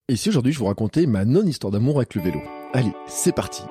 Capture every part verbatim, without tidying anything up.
Et ici aujourd'hui je vais vous raconter ma non-histoire d'amour avec le vélo. Allez, c'est parti.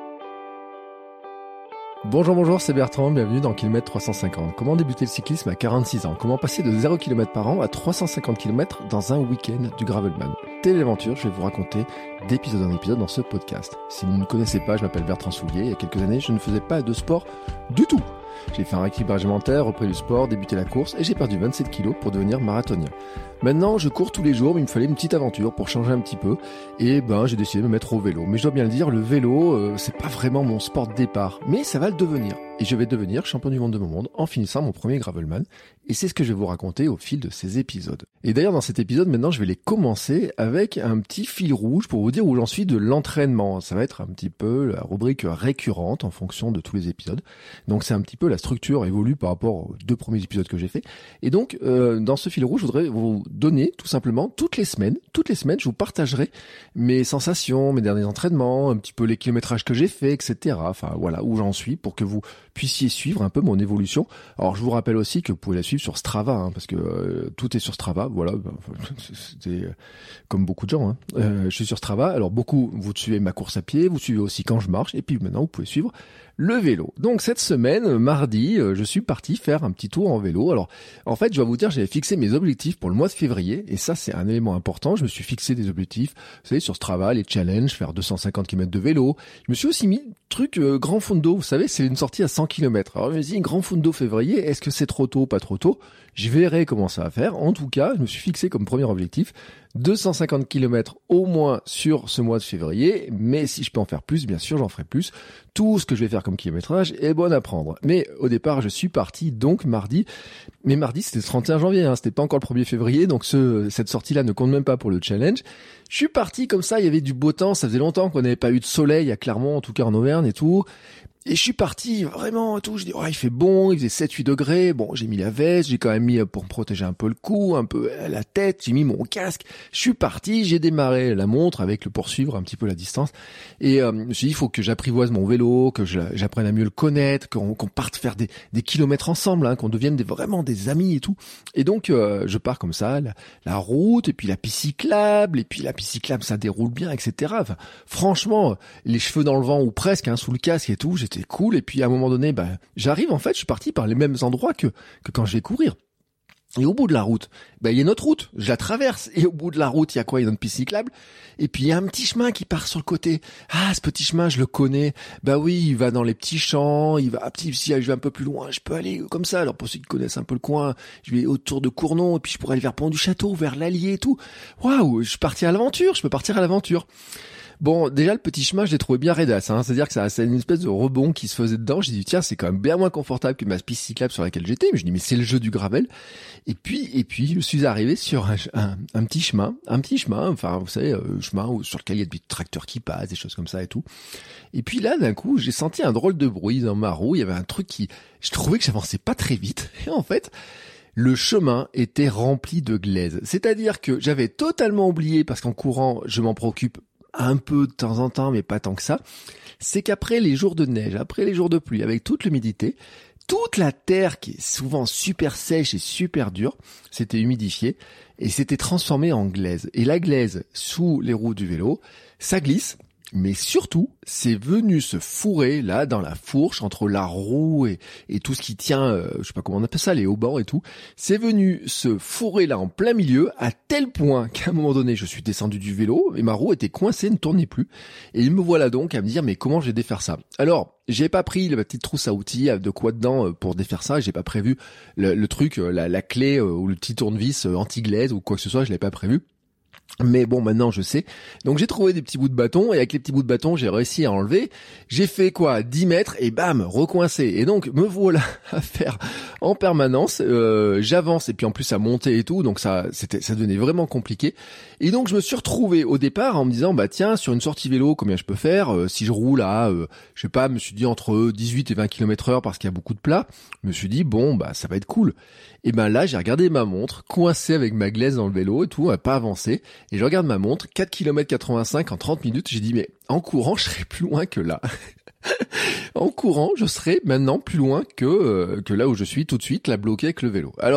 Bonjour, bonjour, c'est Bertrand, bienvenue dans Kilomètre trois cent cinquante. Comment débuter le cyclisme à quarante-six ans? Comment passer de zéro kilomètre par an à trois cent cinquante kilomètres dans un week-end du Gravelman? Telle l'aventure, je vais vous raconter d'épisode en épisode dans ce podcast. Si vous ne me connaissez pas, je m'appelle Bertrand Soulier. Il y a quelques années, je ne faisais pas de sport du tout. J'ai fait un rééquilibrage alimentaire, repris du sport, débuté la course et j'ai perdu vingt-sept kilos pour devenir marathonien. Maintenant, je cours tous les jours, mais il me fallait une petite aventure pour changer un petit peu. Et ben, j'ai décidé de me mettre au vélo. Mais je dois bien le dire, le vélo, euh, c'est pas vraiment mon sport de départ. Mais ça va le devenir. Et je vais devenir champion du monde de mon monde en finissant mon premier Gravelman. Et c'est ce que je vais vous raconter au fil de ces épisodes. Et d'ailleurs, dans cet épisode, maintenant, je vais les commencer avec un petit fil rouge pour vous dire où j'en suis de l'entraînement. Ça va être un petit peu la rubrique récurrente en fonction de tous les épisodes. Donc, c'est un petit peu la structure évolue par rapport aux deux premiers épisodes que j'ai fait. Et donc, euh, dans ce fil rouge, je voudrais vous donner tout simplement toutes les semaines, toutes les semaines, je vous partagerai mes sensations, mes derniers entraînements, un petit peu les kilométrages que j'ai fait, et cetera. Enfin, voilà, où j'en suis pour que vous puissiez suivre un peu mon évolution. Alors, je vous rappelle aussi que vous pouvez la suivre sur Strava, hein, parce que euh, tout est sur Strava. Voilà, c'était euh, comme beaucoup de gens. Hein. Euh, je suis sur Strava. Alors, beaucoup, vous suivez ma course à pied, vous suivez aussi quand je marche, et puis maintenant, vous pouvez suivre le vélo. Donc cette semaine, mardi, je suis parti faire un petit tour en vélo. Alors, en fait, je vais vous dire, j'avais fixé mes objectifs pour le mois de février, et ça, c'est un élément important. Je me suis fixé des objectifs, vous savez, sur Strava, les challenges, faire deux cent cinquante kilomètres de vélo. Je me suis aussi mis truc euh, Grand Fondo, vous savez, c'est une sortie à cent kilomètres. Alors, je me suis dit, Grand Fondo février, est-ce que c'est trop tôt, pas trop tôt? Je verrai comment ça va faire. En tout cas, je me suis fixé comme premier objectif deux cent cinquante kilomètres au moins sur ce mois de février, mais si je peux en faire plus, bien sûr, j'en ferai plus. Tout ce que je vais faire comme kilométrage est bon à prendre. Mais au départ, je suis parti donc mardi. Mais mardi, c'était le trente et un janvier, hein, c'était pas encore le premier février, donc ce, cette sortie-là ne compte même pas pour le challenge. Je suis parti comme ça, il y avait du beau temps, ça faisait longtemps qu'on n'avait pas eu de soleil à Clermont, en tout cas en Auvergne et tout. Et je suis parti vraiment et tout, je dis oh, il fait bon, il faisait sept huit degrés, bon j'ai mis la veste, j'ai quand même mis pour me protéger un peu le cou, un peu la tête, j'ai mis mon casque, je suis parti, j'ai démarré la montre avec le poursuivre un petit peu la distance et euh, je me suis dit il faut que j'apprivoise mon vélo, que je, j'apprenne à mieux le connaître, qu'on, qu'on parte faire des, des kilomètres ensemble, hein, qu'on devienne des, vraiment des amis et tout. Et donc euh, je pars comme ça, la, la route et puis la piste cyclable et puis la piste cyclable ça déroule bien, et cetera. Enfin, franchement, les cheveux dans le vent ou presque, hein, sous le casque et tout, j'étais cool, et puis à un moment donné, bah, j'arrive, en fait, je suis parti par les mêmes endroits que, que quand je vais courir. Et au bout de la route, bah, il y a une autre route, je la traverse, et au bout de la route, il y a quoi? Il y a une piste cyclable, et puis il y a un petit chemin qui part sur le côté. Ah, ce petit chemin, je le connais. Bah oui, il va dans les petits champs, il va, petit, si je vais un peu plus loin, je peux aller comme ça. Alors pour ceux qui connaissent un peu le coin, je vais autour de Cournon, et puis je pourrais aller vers Pont du Château, vers l'Allier et tout. Waouh, je suis parti à l'aventure, je peux partir à l'aventure. Bon, déjà, le petit chemin, je l'ai trouvé bien raidasse, hein. C'est-à-dire que ça, c'est une espèce de rebond qui se faisait dedans. J'ai dit, tiens, c'est quand même bien moins confortable que ma piste cyclable sur laquelle j'étais. Mais je dis, mais c'est le jeu du gravel. Et puis, et puis, je suis arrivé sur un, un, un petit chemin, un petit chemin, enfin, vous savez, euh, chemin où, sur lequel il y a des tracteurs qui passent, des choses comme ça et tout. Et puis là, d'un coup, j'ai senti un drôle de bruit dans ma roue. Il y avait un truc qui, je trouvais que j'avançais pas très vite. Et en fait, le chemin était rempli de glaise. C'est-à-dire que j'avais totalement oublié, parce qu'en courant, je m'en préoccupe un peu de temps en temps, mais pas tant que ça, c'est qu'après les jours de neige, après les jours de pluie, avec toute l'humidité, toute la terre qui est souvent super sèche et super dure, s'était humidifiée et s'était transformée en glaise. Et la glaise, sous les roues du vélo, ça glisse, mais surtout, c'est venu se fourrer là dans la fourche entre la roue et, et tout ce qui tient, euh, je sais pas comment on appelle ça, les haubans et tout. C'est venu se fourrer là en plein milieu à tel point qu'à un moment donné, je suis descendu du vélo et ma roue était coincée, ne tournait plus. Et me voilà donc à me dire mais comment je vais défaire ça? Alors, j'ai pas pris la petite trousse à outils de quoi dedans pour défaire ça. J'ai pas prévu le, le truc, la, la clé ou le petit tournevis anti-glaise ou quoi que ce soit. Je l'avais pas prévu. Mais bon, maintenant je sais. Donc j'ai trouvé des petits bouts de bâton et avec les petits bouts de bâton, j'ai réussi à enlever. J'ai fait quoi, dix mètres et bam, recoincé. Et donc me voilà à faire en permanence. Euh, j'avance et puis en plus à monter et tout, donc ça, c'était, ça devenait vraiment compliqué. Et donc je me suis retrouvé au départ en me disant bah tiens, sur une sortie vélo, combien je peux faire euh, si je roule à, euh, je sais pas, je me suis dit entre dix-huit et vingt kilomètres heure parce qu'il y a beaucoup de plats. Je me suis dit bon bah ça va être cool. Et ben là j'ai regardé ma montre, coincé avec ma glaise dans le vélo et tout, à pas avancer. Et je regarde ma montre, quatre kilomètres quatre-vingt-cinq en trente minutes. J'ai dit, mais en courant, je serai plus loin que là. En courant, je serai maintenant plus loin que euh, que là où je suis tout de suite, là bloqué avec le vélo. Alors,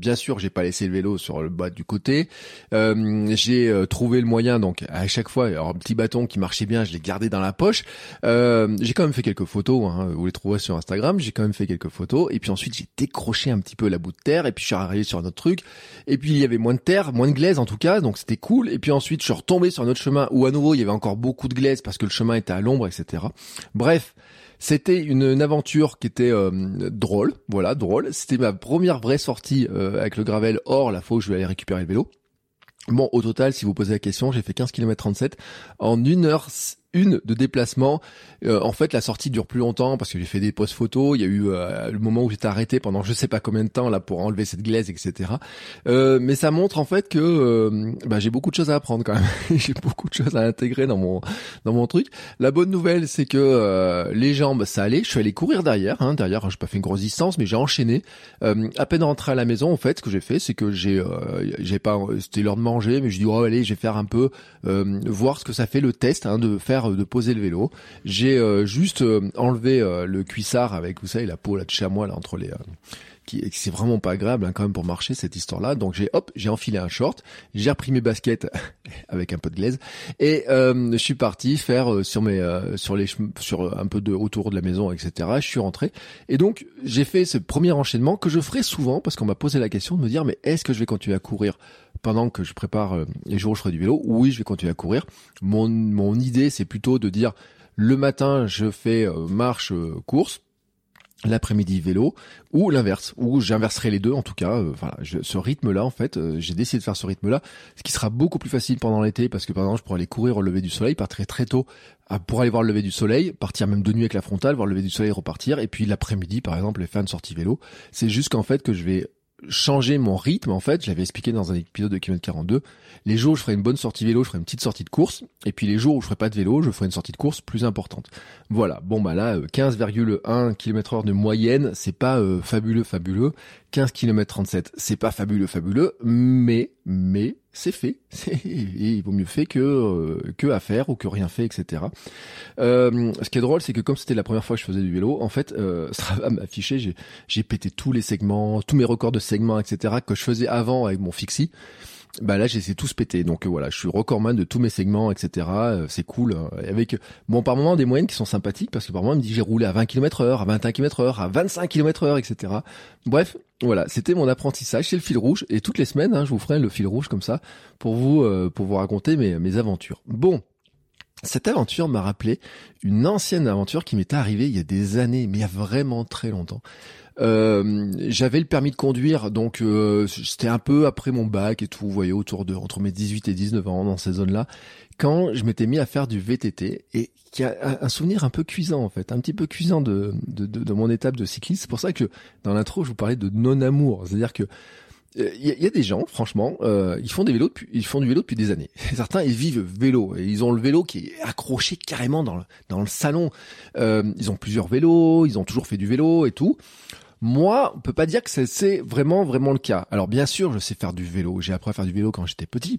bien sûr, j'ai pas laissé le vélo sur le bas du côté. Euh, j'ai euh, trouvé le moyen, donc à chaque fois, alors un petit bâton qui marchait bien, je l'ai gardé dans la poche. Euh, j'ai quand même fait quelques photos, hein, vous les trouverez sur Instagram. J'ai quand même fait quelques photos, et puis ensuite j'ai décroché un petit peu la bout de terre, et puis je suis arrivé sur un autre truc. Et puis il y avait moins de terre, moins de glaise en tout cas, donc c'était cool. Et puis ensuite je suis retombé sur un autre chemin où à nouveau il y avait encore beaucoup de glaise parce que le chemin était à l'ombre, et cetera. Bref. C'était une, une aventure qui était euh, drôle, voilà, drôle. C'était ma première vraie sortie euh, avec le gravel hors la fois où je vais aller récupérer le vélo. Bon, au total, si vous posez la question, j'ai fait quinze kilomètres trente-sept en une heure une de déplacement. Euh, en fait, la sortie dure plus longtemps parce que j'ai fait des poses photos. Il y a eu euh, le moment où j'étais arrêté pendant je sais pas combien de temps là pour enlever cette glaise, et cetera. Euh, mais ça montre en fait que euh, bah, j'ai beaucoup de choses à apprendre quand même. J'ai beaucoup de choses à intégrer dans mon dans mon truc. La bonne nouvelle, c'est que euh, les jambes, ça allait. Je suis allé courir derrière. Hein. Derrière, j'ai pas fait une grosse distance, mais j'ai enchaîné. Euh, à peine rentré à la maison, en fait, ce que j'ai fait, c'est que j'ai euh, j'ai pas, c'était l'heure de manger, mais je dis oh allez, je vais faire un peu euh, voir ce que ça fait le test, hein, de faire de poser le vélo. J'ai euh, juste euh, enlevé euh, le cuissard avec, vous savez, la peau là de chamois là entre les euh, qui c'est vraiment pas agréable hein, quand même pour marcher cette histoire là. Donc j'ai hop, j'ai enfilé un short, j'ai repris mes baskets avec un peu de glaise et euh, je suis parti faire euh, sur mes euh, sur les sur un peu de autour de la maison, et cetera. Je suis rentré et donc j'ai fait ce premier enchaînement que je ferai souvent parce qu'on m'a posé la question de me dire mais est-ce que je vais continuer à courir pendant que je prépare euh, les jours où je ferai du vélo? Oui, je vais continuer à courir. Mon mon idée c'est plutôt de dire le matin je fais euh, marche euh, course, l'après-midi vélo, ou l'inverse, ou j'inverserai les deux en tout cas. Euh, voilà, je, ce rythme-là en fait, euh, j'ai décidé de faire ce rythme-là, ce qui sera beaucoup plus facile pendant l'été parce que par exemple je pourrais aller courir au lever du soleil, partir très tôt à, pour aller voir le lever du soleil, partir même de nuit avec la frontale, voir le lever du soleil, repartir, et puis l'après-midi par exemple faire une sortie vélo. C'est juste qu'en fait que je vais changer mon rythme en fait, je l'avais expliqué dans un épisode de kilomètre quarante-deux. Les jours où je ferai une bonne sortie vélo, je ferai une petite sortie de course, et puis les jours où je ferai pas de vélo, je ferai une sortie de course plus importante. Voilà, bon bah là quinze virgule un kilomètres heure de moyenne, c'est pas euh, fabuleux fabuleux. quinze kilomètres trente-sept, c'est pas fabuleux fabuleux, mais mais c'est fait. Et il vaut mieux fait que euh, que à faire ou que rien fait, et cetera. Euh, ce qui est drôle, c'est que comme c'était la première fois que je faisais du vélo, en fait, euh, ça va m'afficher, j'ai j'ai pété tous les segments, tous mes records de segments, et cetera que je faisais avant avec mon fixie. Bah là, j'ai essayé tous péter. Donc euh, voilà, je suis recordman de tous mes segments, et cetera. Euh, c'est cool. Euh, avec bon par moment des moyennes qui sont sympathiques parce que par moment il me dit que j'ai roulé à vingt kilomètres heure, à vingt et un kilomètres heure, à vingt-cinq kilomètres heure, et cetera. Bref, voilà, c'était mon apprentissage, c'est le fil rouge. Et toutes les semaines, hein, je vous ferai le fil rouge comme ça pour vous euh, pour vous raconter mes mes aventures. Bon. Cette aventure m'a rappelé une ancienne aventure qui m'était arrivée il y a des années, mais il y a vraiment très longtemps. Euh, j'avais le permis de conduire, donc euh, c'était un peu après mon bac et tout, vous voyez, autour de entre mes dix-huit et dix-neuf ans, dans ces zones-là, quand je m'étais mis à faire du V T T, et qui a un souvenir un peu cuisant en fait, un petit peu cuisant de, de, de, de mon étape de cycliste. C'est pour ça que dans l'intro, je vous parlais de non-amour, c'est-à-dire que il y, y a des gens, franchement, euh, ils font des vélos depuis, ils font du vélo depuis des années. Certains, ils vivent vélo. Et ils ont le vélo qui est accroché carrément dans le, dans le salon. Euh, ils ont plusieurs vélos, ils ont toujours fait du vélo et tout. Moi, on peut pas dire que c'est, c'est vraiment, vraiment le cas. Alors, bien sûr, je sais faire du vélo. J'ai appris à faire du vélo quand j'étais petit.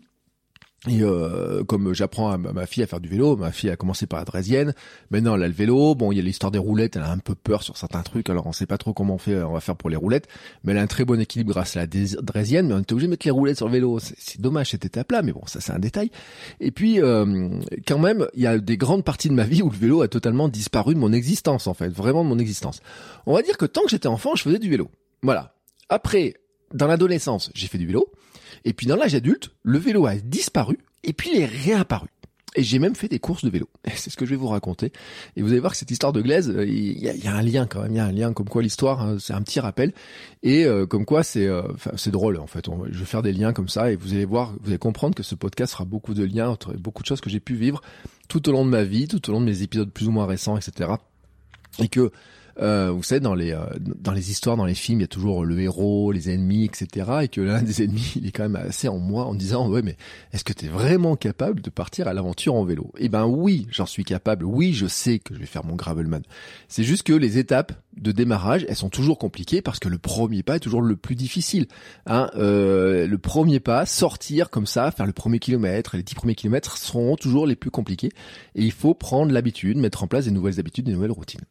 Et euh, comme j'apprends à ma fille à faire du vélo, ma fille a commencé par la draisienne, maintenant elle a le vélo, bon il y a l'histoire des roulettes, elle a un peu peur sur certains trucs, alors on sait pas trop comment on fait, on va faire pour les roulettes, mais elle a un très bon équilibre grâce à la draisienne, mais on était obligé de mettre les roulettes sur le vélo, c'est, c'est dommage cette étape-là, mais bon ça c'est un détail. Et puis euh, quand même, il y a des grandes parties de ma vie où le vélo a totalement disparu de mon existence en fait, vraiment de mon existence. On va dire que tant que j'étais enfant, je faisais du vélo, voilà. Après, dans l'adolescence, j'ai fait du vélo. Et puis dans l'âge adulte, le vélo a disparu et puis il est réapparu. Et j'ai même fait des courses de vélo. C'est ce que je vais vous raconter. Et vous allez voir que cette histoire de glaise, il y a, il y a un lien quand même. Il y a un lien comme quoi l'histoire, hein, c'est un petit rappel. Et euh, comme quoi c'est, euh, enfin, c'est drôle en fait. On, je vais faire des liens comme ça et vous allez voir, vous allez comprendre que ce podcast sera beaucoup de liens entre beaucoup de choses que j'ai pu vivre tout au long de ma vie, tout au long de mes épisodes plus ou moins récents, et cetera. Et que Euh, vous savez, dans les euh, dans les histoires, dans les films, il y a toujours le héros, les ennemis, et cetera. Et que l'un des ennemis, il est quand même assez en moi, en disant ouais, mais est-ce que t'es vraiment capable de partir à l'aventure en vélo? Eh ben oui, j'en suis capable. Oui, je sais que je vais faire mon gravelman. C'est juste que les étapes de démarrage, elles sont toujours compliquées parce que le premier pas est toujours le plus difficile. Hein, euh, le premier pas, sortir comme ça, faire le premier kilomètre, les dix premiers kilomètres seront toujours les plus compliqués. Et il faut prendre l'habitude, mettre en place des nouvelles habitudes, des nouvelles routines. Bon,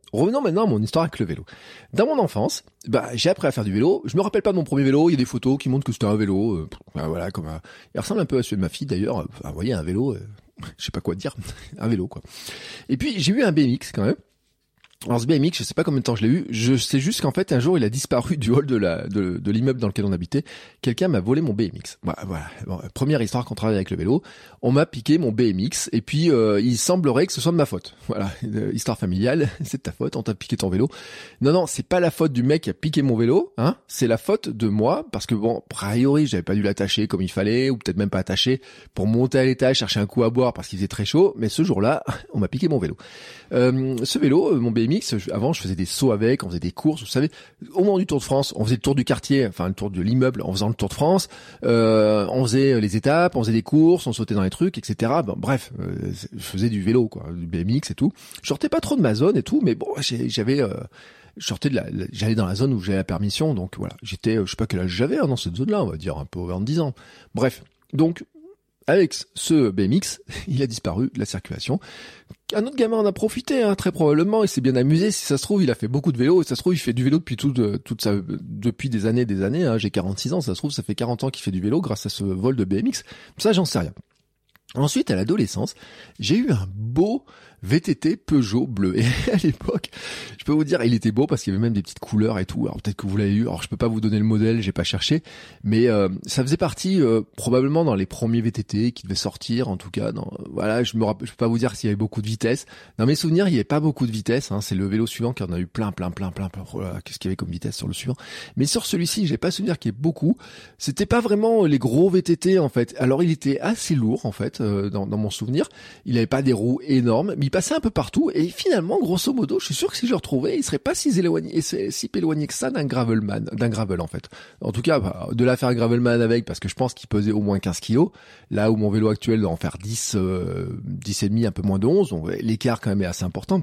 revenons maintenant à mon histoire avec le vélo. Dans mon enfance, bah, j'ai appris à faire du vélo. Je me rappelle pas de mon premier vélo. Il y a des photos qui montrent que c'était un vélo. Euh, bah, voilà, comme un... il ressemble un peu à celui de ma fille d'ailleurs. Enfin, vous voyez, un vélo, euh, je sais pas quoi dire, un vélo quoi. Et puis j'ai eu un B M X quand même. Alors ce B M X, je sais pas combien de temps je l'ai eu, je sais juste qu'en fait un jour il a disparu du hall de la de, de l'immeuble dans lequel on habitait. Quelqu'un m'a volé mon B M X. Voilà, voilà. Bon, première histoire qu'on travaille avec le vélo, on m'a piqué mon B M X et puis euh, il semblerait que ce soit de ma faute. Voilà, euh, histoire familiale, c'est de ta faute, on t'a piqué ton vélo. Non non, c'est pas la faute du mec qui a piqué mon vélo, hein, c'est la faute de moi parce que bon, a priori, j'avais pas dû l'attacher comme il fallait ou peut-être même pas attacher pour monter à l'étage chercher un coup à boire parce qu'il faisait très chaud, mais ce jour-là, on m'a piqué mon vélo. Euh, ce vélo, mon B M X, avant je faisais des sauts avec, on faisait des courses, vous savez, au moment du Tour de France, on faisait le tour du quartier, enfin le tour de l'immeuble en faisant le Tour de France, euh, on faisait les étapes, on faisait des courses, on sautait dans les trucs, et cetera. Bon, bref, euh, je faisais du vélo, quoi, du B M X et tout. Je sortais pas trop de ma zone et tout, mais bon, j'avais... Euh, je sortais de la, j'allais dans la zone où j'avais la permission, donc voilà, j'étais, je sais pas quel âge j'avais hein, dans cette zone-là, on va dire un peu vers dix ans. Bref, donc avec ce B M X, il a disparu de la circulation. Un autre gamin en a profité, hein, très probablement, il s'est bien amusé. Si ça se trouve, il a fait beaucoup de vélo. Et ça se trouve, il fait du vélo depuis tout, de, toute sa, depuis des années, des années. Hein. J'ai quarante-six ans, ça se trouve, ça fait quarante ans qu'il fait du vélo grâce à ce vol de B M X. Ça, j'en sais rien. Ensuite, à l'adolescence, j'ai eu un beau V T T Peugeot bleu. Et à l'époque, je peux vous dire, il était beau parce qu'il y avait même des petites couleurs et tout. Alors peut-être que vous l'avez eu. Alors je peux pas vous donner le modèle, j'ai pas cherché, mais euh, ça faisait partie euh, probablement dans les premiers V T T qui devaient sortir. En tout cas, dans, voilà, je me rappelle, je peux pas vous dire s'il y avait beaucoup de vitesse. Dans mes souvenirs, il y avait pas beaucoup de vitesse. Hein, c'est le vélo suivant qui en a eu plein, plein, plein, plein, plein. Voilà, qu'est-ce qu'il y avait comme vitesse sur le suivant. Mais sur celui-ci, j'ai pas souvenir qu'il y ait beaucoup. C'était pas vraiment les gros V T T en fait. Alors il était assez lourd en fait euh, dans, dans mon souvenir. Il avait pas des roues énormes, mais il passait un peu partout et finalement, grosso modo, je suis sûr que si je le retrouvais, il serait pas si éloigné, si éloigné que ça d'un gravelman, d'un gravel en fait. En tout cas, de la faire gravelman avec, parce que je pense qu'il pesait au moins quinze kilos, là où mon vélo actuel doit en faire dix, euh, dix et demi, un peu moins de onze, donc l'écart quand même est assez important.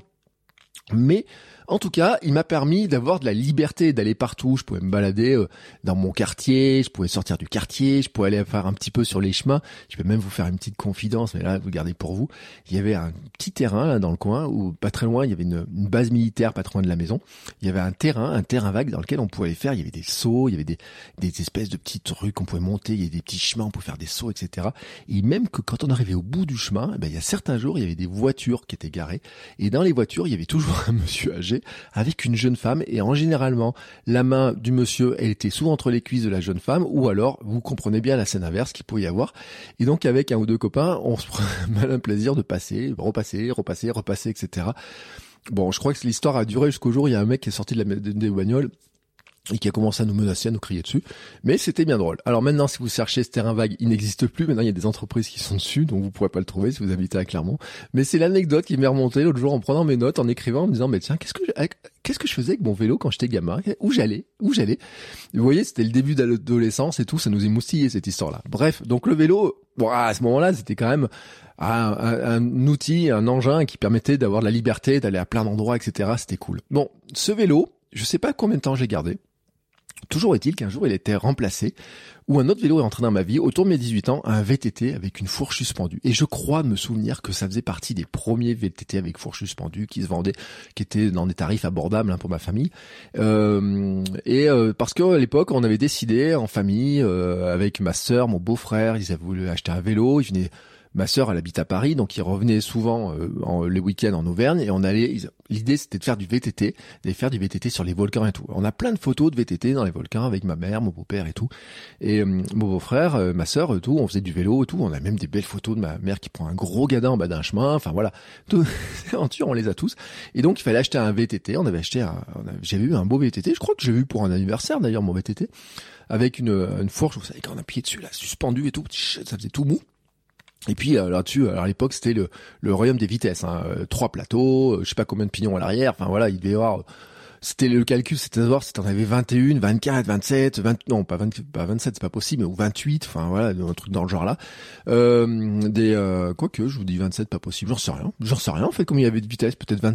Mais en tout cas, il m'a permis d'avoir de la liberté, d'aller partout. Je pouvais me balader euh, dans mon quartier, je pouvais sortir du quartier, je pouvais aller faire un petit peu sur les chemins. Je peux même vous faire une petite confidence, mais là, vous gardez pour vous. Il y avait un petit terrain là dans le coin, où pas très loin, il y avait une, une base militaire pas très loin de la maison. Il y avait un terrain, un terrain vague dans lequel on pouvait aller faire. Il y avait des sauts, il y avait des, des espèces de petites rues qu'on pouvait monter, il y avait des petits chemins, on pouvait faire des sauts, et cetera. Et même que quand on arrivait au bout du chemin, eh ben, il y a certains jours, il y avait des voitures qui étaient garées. Et dans les voitures, il y avait toujours un monsieur âgé avec une jeune femme, et en généralement la main du monsieur elle était souvent entre les cuisses de la jeune femme, ou alors vous comprenez bien la scène inverse qu'il pouvait y avoir. Et donc avec un ou deux copains on se prend un malin plaisir de passer, repasser, repasser, repasser, et cetera. Bon, je crois que l'histoire a duré jusqu'au jour où il y a un mec qui est sorti de la des bagnoles et qui a commencé à nous menacer, à nous crier dessus. Mais c'était bien drôle. Alors maintenant, si vous cherchez ce terrain vague, il n'existe plus. Maintenant, il y a des entreprises qui sont dessus, donc vous pourrez pas le trouver si vous habitez à Clermont. Mais c'est l'anecdote qui m'est remontée l'autre jour en prenant mes notes, en écrivant, en me disant, mais tiens, qu'est-ce que je, qu'est-ce que je faisais avec mon vélo quand j'étais gamin? Où j'allais? Où j'allais? Vous voyez, c'était le début de l'adolescence et tout, ça nous émoustillait, cette histoire-là. Bref, donc le vélo, bon, à ce moment-là, c'était quand même un, un, un outil, un engin qui permettait d'avoir de la liberté, d'aller à plein d'endroits, et cetera. C'était cool. Bon, ce vélo, je sais pas combien de temps j'ai gardé. Toujours est-il qu'un jour il a été remplacé, où un autre vélo est entré dans ma vie, autour de mes dix-huit ans, un V T T avec une fourche suspendue. Et je crois me souvenir que ça faisait partie des premiers V T T avec fourche suspendue qui se vendaient, qui étaient dans des tarifs abordables hein, pour ma famille. Euh, et euh, parce qu'à l'époque, on avait décidé en famille, euh, avec ma sœur, mon beau-frère, ils avaient voulu acheter un vélo, ils venaient... Ma sœur, elle habite à Paris, donc ils revenaient souvent euh, en, les week-ends en Auvergne, et on allait. Ils, l'idée, c'était de faire du V T T, d'aller faire du V T T sur les volcans et tout. On a plein de photos de V T T dans les volcans avec ma mère, mon beau-père et tout, et euh, mon beau-frère, euh, ma sœur, et tout. On faisait du vélo et tout. On a même des belles photos de ma mère qui prend un gros gadin en bas d'un chemin. Enfin voilà, toutes ces aventures, on les a tous. Et donc il fallait acheter un V T T. On avait acheté, un, on avait, j'avais eu un beau V T T. Je crois que j'ai eu pour un anniversaire d'ailleurs mon V T T avec une, une fourche. Vous savez quand on appuyait dessus là, suspendu et tout, ça faisait tout mou. Et puis euh, là-dessus, alors à l'époque c'était le, le royaume des vitesses, hein, euh, trois plateaux, euh, je sais pas combien de pignons à l'arrière, enfin voilà, il devait y avoir, c'était le calcul, c'était de voir si t'en avais vingt et un, vingt-quatre, vingt-sept, vingt, non pas vingt, pas vingt-sept, c'est pas possible, ou vingt-huit, enfin voilà, un truc dans le genre là. Euh, des, euh, quoique je vous dis vingt-sept, pas possible, j'en sais rien, j'en sais rien en fait, comme il y avait de vitesse, peut-être vingt-sept,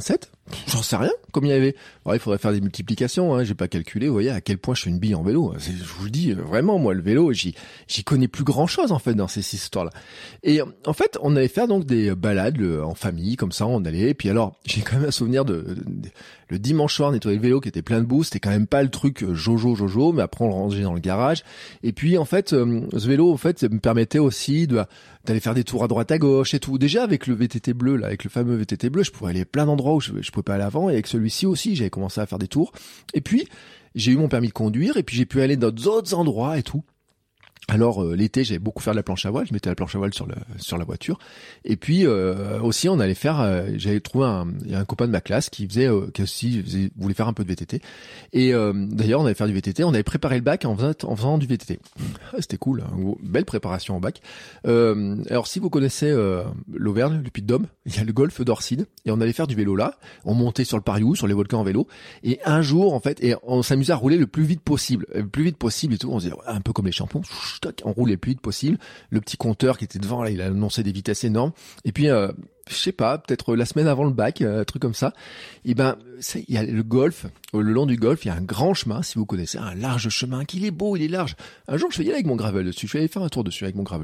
J'en sais rien. Comme il y avait, alors, il faudrait faire des multiplications. Hein, j'ai pas calculé. Vous voyez à quel point je suis une bille en vélo. C'est, je vous le dis vraiment, moi le vélo, j'y, j'y connais plus grand chose en fait dans ces histoires-là. Et en fait, on allait faire donc des balades le, en famille, comme ça, on allait. Et puis alors, j'ai quand même un souvenir de, de, de le dimanche soir nettoyer le vélo qui était plein de boue. C'était quand même pas le truc jojo jojo, mais après on le rangeait dans le garage. Et puis en fait, ce vélo, en fait, me permettait aussi de d'aller faire des tours à droite à gauche et tout. Déjà avec le V T T bleu là, avec le fameux V T T bleu, je pouvais aller à plein d'endroits où je, je pouvais pas aller avant, et avec celui-ci aussi, j'avais commencé à faire des tours. Et puis j'ai eu mon permis de conduire, et puis j'ai pu aller dans d'autres endroits et tout. Alors euh, l'été, j'avais beaucoup faire de la planche à voile, je mettais la planche à voile sur le sur la voiture. Et puis euh, aussi on allait faire euh, j'avais trouvé un il y a un copain de ma classe qui faisait euh, qui aussi faisait, voulait faire un peu de V T T. Et euh, d'ailleurs, on allait faire du V T T, on avait préparé le bac en faisant en faisant du V T T. C'était cool, hein, belle préparation au bac. Euh, alors si vous connaissez euh, l'Auvergne, le Puy-de-Dôme, il y a le golfe d'Orcide, et on allait faire du vélo là, on montait sur le Pariou, sur les volcans en vélo, et un jour en fait, et on s'amusait à rouler le plus vite possible, le plus vite possible et tout, on se disait ouais, un peu comme les champions, on roulait le plus vite possible. Le petit compteur qui était devant là, il a annoncé des vitesses énormes. Et puis euh, je sais pas, peut-être la semaine avant le bac, un truc comme ça. Et ben, il y a le golfe, le long du golfe, il y a un grand chemin, si vous connaissez, un large chemin, qu'il est beau, il est large. Un jour, je suis allé avec mon gravel dessus, je suis allé faire un tour dessus avec mon gravel.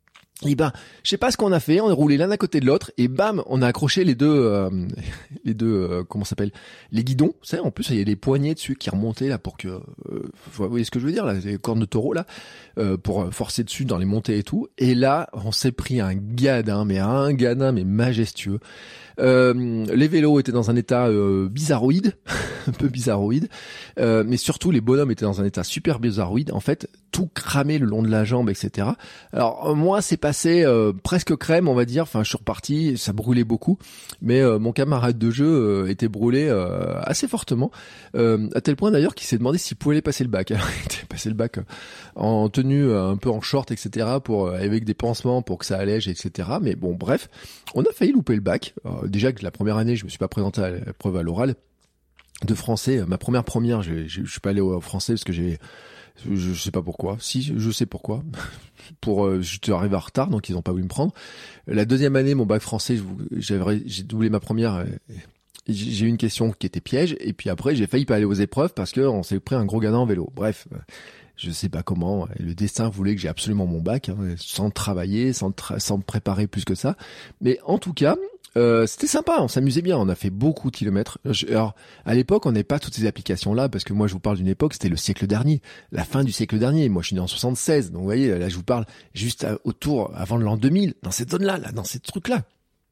Et ben, je sais pas ce qu'on a fait, on est roulé l'un à côté de l'autre, et bam, on a accroché les deux, euh, les deux, euh, comment ça s'appelle, les guidons. Vous savez, en plus, il y a des poignées dessus qui remontaient là pour que, euh, vous voyez ce que je veux dire là, les cornes de taureau là, euh, pour forcer dessus dans les montées et tout. Et là, on s'est pris un gadin, mais un gadin, mais majestueux. Euh, les vélos étaient dans un état euh, bizarroïde, un peu bizarroïde, euh, mais surtout les bonhommes étaient dans un état super bizarroïde. En fait, tout cramé le long de la jambe, et cetera. Alors moi, c'est passé euh, presque crème, on va dire. Enfin, je suis reparti, ça brûlait beaucoup, mais euh, mon camarade de jeu euh, était brûlé euh, assez fortement, euh, à tel point d'ailleurs qu'il s'est demandé s'il pouvait aller passer le bac. Alors, il était passé le bac en tenue, euh, un peu en short, et cetera. Pour euh, avec des pansements pour que ça allège, et cetera. Mais bon, bref, on a failli louper le bac. Euh, déjà que la première année, je me suis pas présenté à l'épreuve à l'oral de français. Ma première première, je, je, je suis pas allé au français parce que j'ai, je, je sais pas pourquoi. Si, je sais pourquoi. Pour, euh, j'étais arrivé en retard, donc ils ont pas voulu me prendre. La deuxième année, mon bac français, j'avais, j'ai doublé ma première. J'ai eu une question qui était piège, et puis après, j'ai failli pas aller aux épreuves parce que on s'est pris un gros gadin en vélo. Bref. Je sais pas comment, le destin voulait que j'ai absolument mon bac, hein, sans travailler, sans, tra- sans me préparer plus que ça. Mais en tout cas, euh, c'était sympa, on s'amusait bien, on a fait beaucoup de kilomètres. Je, alors, à l'époque, on n'avait pas toutes ces applications-là, parce que moi, je vous parle d'une époque, c'était le siècle dernier, la fin du siècle dernier. Moi, je suis né en soixante-seize, donc vous voyez, là, je vous parle juste à, autour, avant l'an deux mille, dans cette zone-là, là, dans ces trucs-là.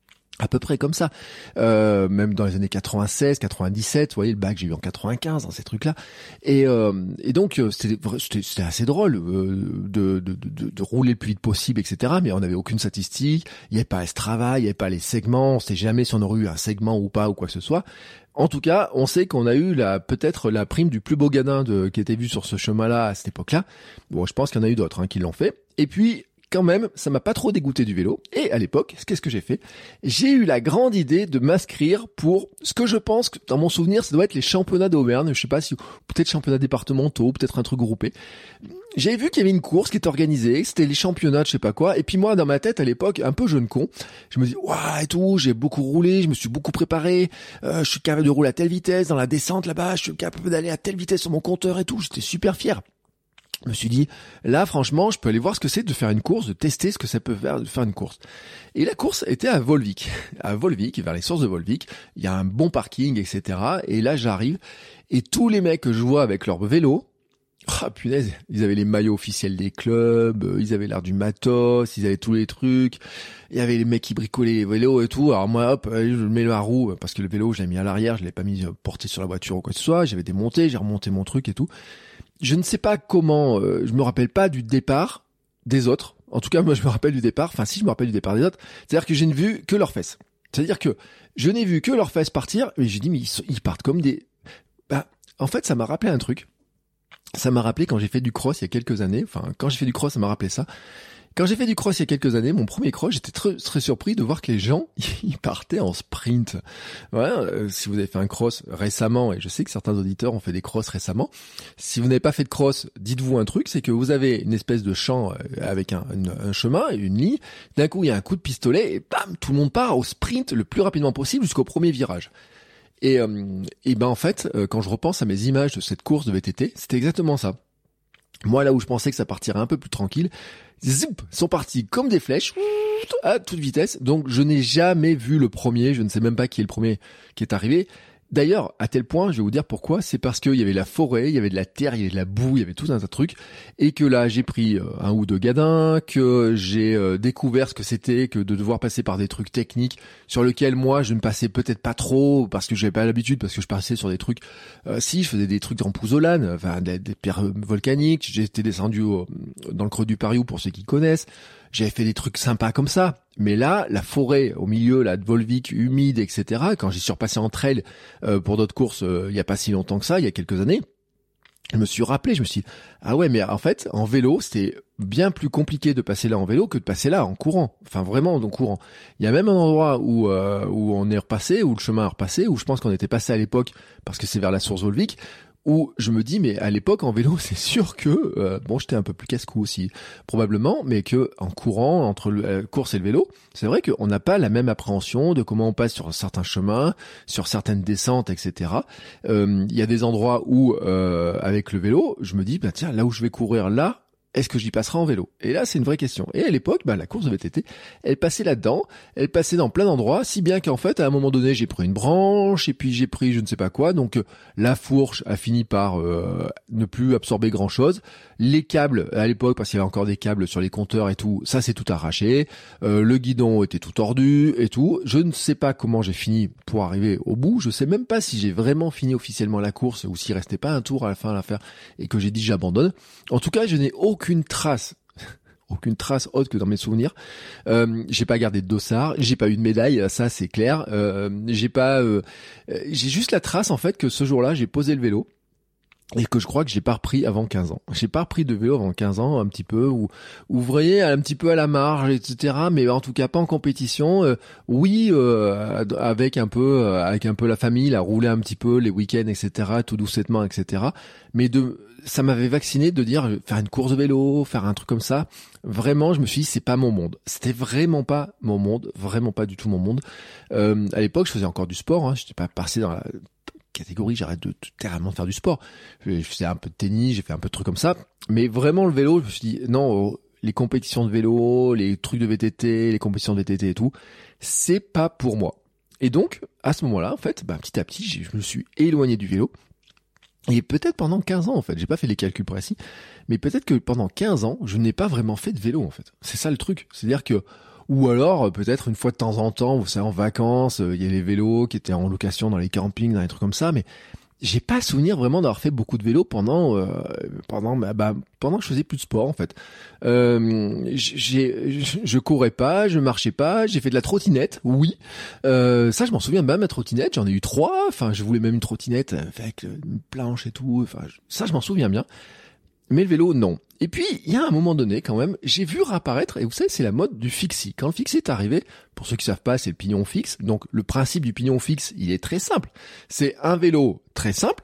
À peu près comme ça, euh, même dans les années quatre-vingt-seize, quatre-vingt-dix-sept, vous voyez le bac j'ai eu en quatre-vingt-quinze dans ces trucs-là, et euh, et donc c'était c'était, c'était assez drôle euh, de, de de de rouler le plus vite possible, et cetera. Mais on n'avait aucune statistique, il n'y avait pas Strava, il n'y avait pas les segments, on sait jamais si on aurait eu un segment ou pas ou quoi que ce soit. En tout cas, on sait qu'on a eu la peut-être la prime du plus beau gadin de qui était vu sur ce chemin-là à cette époque-là. Bon, je pense qu'il y en a eu d'autres hein, qui l'ont fait. Et puis quand même, ça m'a pas trop dégoûté du vélo. Et à l'époque, qu'est-ce que j'ai fait? J'ai eu la grande idée de m'inscrire pour ce que je pense que, dans mon souvenir, ça doit être les championnats d'Auvergne. Je sais pas si, peut-être championnats départementaux, peut-être un truc groupé. J'avais vu qu'il y avait une course qui était organisée, c'était les championnats de je sais pas quoi. Et puis moi, dans ma tête, à l'époque, un peu jeune con, je me dis, waouh, et tout, j'ai beaucoup roulé, je me suis beaucoup préparé, euh, je suis capable de rouler à telle vitesse, dans la descente là-bas, je suis capable d'aller à telle vitesse sur mon compteur et tout. J'étais super fier. Je me suis dit, là, franchement, je peux aller voir ce que c'est de faire une course, de tester ce que ça peut faire de faire une course. Et la course était à Volvic. À Volvic, vers les sources de Volvic. Il y a un bon parking, et cetera. Et là, j'arrive. Et tous les mecs que je vois avec leur vélo, ah, punaise, ils avaient les maillots officiels des clubs, ils avaient l'air du matos, ils avaient tous les trucs. Il y avait les mecs qui bricolaient les vélos et tout. Alors moi, hop, je mets la roue, parce que le vélo, je l'ai mis à l'arrière, je l'ai pas mis porté sur la voiture ou quoi que ce soit. J'avais démonté, j'ai remonté mon truc et tout. Je ne sais pas comment, euh, je me rappelle pas du départ des autres. En tout cas, moi, je me rappelle du départ. Enfin, si, je me rappelle du départ des autres. C'est-à-dire que je n'ai vu que leurs fesses. C'est-à-dire que je n'ai vu que leurs fesses partir. Mais j'ai dit, mais ils, ils partent comme des... Bah, en fait, ça m'a rappelé un truc. Ça m'a rappelé quand j'ai fait du cross il y a quelques années. Enfin, quand j'ai fait du cross, ça m'a rappelé ça. Quand j'ai fait du cross il y a quelques années, mon premier cross, j'étais très, très surpris de voir que les gens, ils partaient en sprint. Voilà, euh, si vous avez fait un cross récemment, et je sais que certains auditeurs ont fait des cross récemment, si vous n'avez pas fait de cross, dites-vous un truc, c'est que vous avez une espèce de champ avec un, une, un chemin, une ligne, d'un coup il y a un coup de pistolet, et bam, tout le monde part au sprint le plus rapidement possible jusqu'au premier virage. Et, euh, et ben en fait, euh, quand je repense à mes images de cette course de V T T, c'était exactement ça. Moi, là où je pensais que ça partirait un peu plus tranquille, zoup, sont partis comme des flèches à toute vitesse. Donc, je n'ai jamais vu le premier. Je ne sais même pas qui est le premier qui est arrivé. D'ailleurs, à tel point, je vais vous dire pourquoi, c'est parce qu'il y avait la forêt, il y avait de la terre, il y avait de la boue, il y avait tout un tas de trucs, et que là, j'ai pris un ou deux gadins, que j'ai découvert ce que c'était que de devoir passer par des trucs techniques sur lesquels moi, je ne passais peut-être pas trop, parce que j'avais pas l'habitude, parce que je passais sur des trucs, euh, si, je faisais des trucs en pouzzolane, enfin, des, des pierres volcaniques, j'étais descendu au, dans le creux du Pariou, pour ceux qui connaissent, j'avais fait des trucs sympas comme ça. Mais là, la forêt au milieu, là, de Volvic, humide, et cetera, quand j'y suis repassé en trail euh, pour d'autres courses, euh, il y a pas si longtemps que ça, il y a quelques années, je me suis rappelé, je me suis dit, ah ouais, mais en fait, en vélo, c'était bien plus compliqué de passer là en vélo que de passer là en courant. Enfin, vraiment, en courant. Il y a même un endroit où euh, où on est repassé, où le chemin est repassé, où je pense qu'on était passé à l'époque, parce que c'est vers la source Volvic, où je me dis, mais à l'époque, en vélo, c'est sûr que, euh, bon, j'étais un peu plus casse-cou aussi, probablement, mais que en courant, entre la euh, course et le vélo, c'est vrai qu'on n'a pas la même appréhension de comment on passe sur certains chemins, sur certaines descentes, et cetera. Il euh, y a des endroits où, euh, avec le vélo, je me dis, bah tiens, là où je vais courir là, est-ce que j'y passerai en vélo? Et là, c'est une vraie question. Et à l'époque, bah, la course de V T T, elle passait là-dedans, elle passait dans plein d'endroits, si bien qu'en fait, à un moment donné, j'ai pris une branche, et puis j'ai pris je ne sais pas quoi, donc euh, la fourche a fini par euh, ne plus absorber grand-chose. Les câbles, à l'époque, parce qu'il y avait encore des câbles sur les compteurs et tout, ça c'est tout arraché. Euh, le guidon était tout tordu et tout. Je ne sais pas comment j'ai fini pour arriver au bout. Je sais même pas si j'ai vraiment fini officiellement la course ou s'il restait pas un tour à la fin à la faire et que j'ai dit j'abandonne. En tout cas, je n'ai aucune trace. Aucune trace autre que dans mes souvenirs. Euh, j'ai pas gardé de dossard, j'ai pas eu de médaille, ça c'est clair. Euh, j'ai pas, euh, j'ai juste la trace en fait que ce jour-là j'ai posé le vélo et que je crois que j'ai pas repris avant quinze ans. J'ai pas repris de vélo avant quinze ans, un petit peu, ou, ou vous voyez, un petit peu à la marge, et cetera. Mais en tout cas pas en compétition. Euh, oui, euh, avec un peu, euh, avec un peu la famille, à rouler un petit peu les week-ends, et cetera. Tout doucement, et cetera. Mais de, ça m'avait vacciné de dire faire une course de vélo, faire un truc comme ça. Vraiment, je me suis dit c'est pas mon monde. C'était vraiment pas mon monde, vraiment pas du tout mon monde. Euh, à l'époque, je faisais encore du sport. Hein, j'étais pas passé dans la catégorie, j'arrête de littéralement faire du sport. Je faisais un peu de tennis, j'ai fait un peu de trucs comme ça. Mais vraiment, le vélo, je me suis dit, non, les compétitions de vélo, les trucs de V T T, les compétitions de V T T et tout, c'est pas pour moi. Et donc, à ce moment-là, en fait, bah, petit à petit, je me suis éloigné du vélo. Et peut-être pendant quinze ans, en fait, j'ai pas fait les calculs précis, mais peut-être que pendant quinze ans, je n'ai pas vraiment fait de vélo, en fait. C'est ça le truc. C'est-à-dire que, ou alors, peut-être une fois de temps en temps, vous savez, en vacances, il y a les vélos qui étaient en location dans les campings, dans les trucs comme ça, mais j'ai pas souvenir vraiment d'avoir fait beaucoup de vélo pendant, euh, pendant, bah, bah, pendant que je faisais plus de sport, en fait. Euh, j'ai, je courais pas, je marchais pas, j'ai fait de la trottinette, oui. Euh, ça, je m'en souviens bien, ma trottinette, j'en ai eu trois, enfin, je voulais même une trottinette avec une planche et tout, enfin, ça, je m'en souviens bien. Mais le vélo, non. Et puis, il y a un moment donné, quand même, j'ai vu réapparaître, et vous savez, c'est la mode du fixie. Quand le fixie est arrivé, pour ceux qui savent pas, c'est le pignon fixe. Donc, le principe du pignon fixe, il est très simple. C'est un vélo très simple,